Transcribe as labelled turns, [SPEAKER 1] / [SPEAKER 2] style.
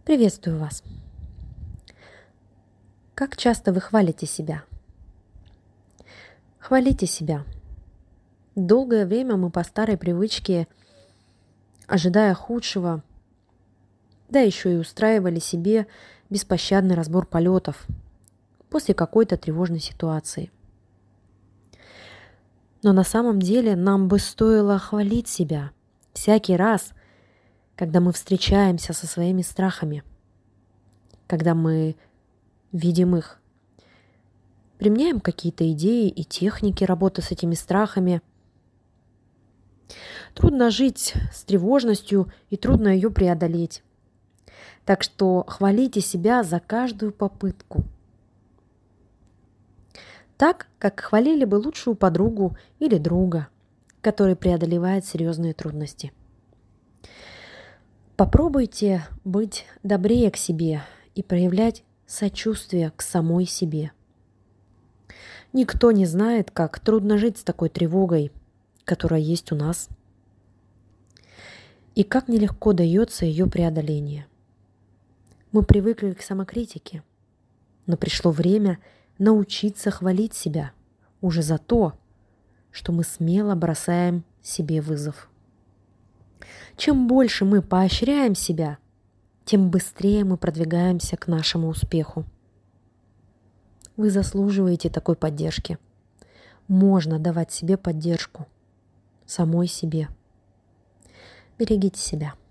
[SPEAKER 1] Приветствую вас. Как часто вы хвалите себя? Хвалите себя. Долгое время мы по старой привычке, ожидая худшего, да еще и устраивали себе беспощадный разбор полетов после какой-то тревожной ситуации. Но на самом деле нам бы стоило хвалить себя всякий раз, когда мы встречаемся со своими страхами, когда мы видим их. Применяем какие-то идеи и техники работы с этими страхами. Трудно жить с тревожностью и трудно ее преодолеть. Так что хвалите себя за каждую попытку. Так, как хвалили бы лучшую подругу или друга, который преодолевает серьезные трудности. Попробуйте быть добрее к себе и проявлять сочувствие к самой себе. Никто не знает, как трудно жить с такой тревогой, которая есть у нас, и как нелегко дается ее преодоление. Мы привыкли к самокритике, но пришло время научиться хвалить себя уже за то, что мы смело бросаем себе вызов. Чем больше мы поощряем себя, тем быстрее мы продвигаемся к нашему успеху. Вы заслуживаете такой поддержки. Можно давать себе поддержку, самой себе. Берегите себя.